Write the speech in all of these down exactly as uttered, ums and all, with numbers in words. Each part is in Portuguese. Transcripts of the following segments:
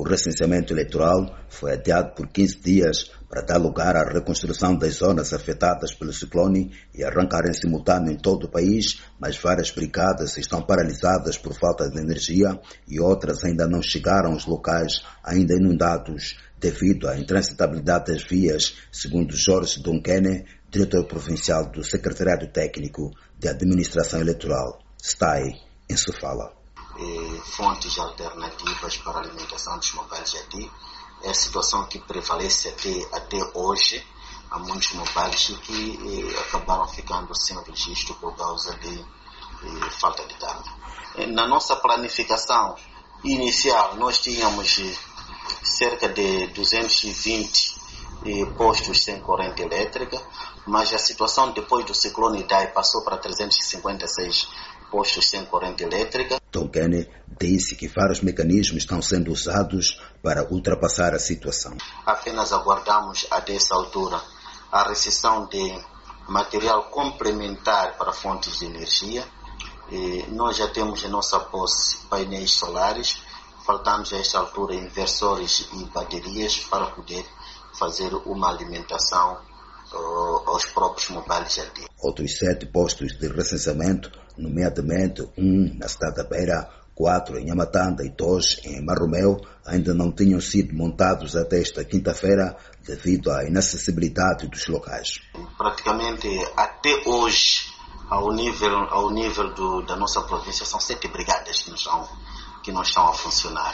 recenseamento eleitoral foi adiado por quinze dias para dar lugar à reconstrução das zonas afetadas pelo ciclone e arrancar em simultâneo em todo o país, mas várias brigadas estão paralisadas por falta de energia e outras ainda não chegaram aos locais ainda inundados devido à intransitabilidade das vias, segundo Jorge Dunkene, diretor provincial do Secretariado Técnico de Administração Eleitoral, S T A I, em Sofala. Fontes alternativas para a alimentação dos mobiles A D. É a situação que prevalece até, até hoje. Há muitos mobiles que eh, acabaram ficando sem registro por causa de eh, falta de dados. Na nossa planificação inicial, nós tínhamos eh, cerca de duzentos e vinte eh, postos sem corrente elétrica, mas a situação depois do ciclone Idai passou para trezentos e cinquenta e seis postos sem corrente elétrica. Dunkene disse que vários mecanismos estão sendo usados para ultrapassar a situação. Apenas aguardamos a dessa altura a recepção de material complementar para fontes de energia. E nós já temos em nossa posse painéis solares, faltamos a esta altura inversores e baterias para poder fazer uma alimentação uh, aos próprios mobiles A D. Outros sete postos de recenseamento, nomeadamente um na cidade da Beira, quatro em Amatanda e dois em Marromeu, ainda não tinham sido montados até esta quinta-feira devido à inacessibilidade dos locais. Praticamente até hoje, ao nível, ao nível do, da nossa província, são sete brigadas que não estão, que não estão a funcionar.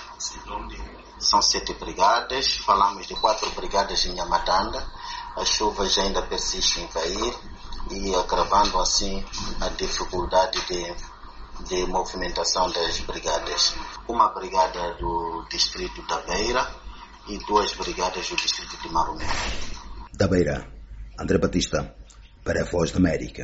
São sete brigadas, falamos de quatro brigadas em Amatanda, as chuvas ainda persistem em cair e agravando assim a dificuldade de, de movimentação das brigadas. Uma brigada do distrito da Beira e duas brigadas do distrito de Marromeu. Da Beira, André Batista, para a Voz da América.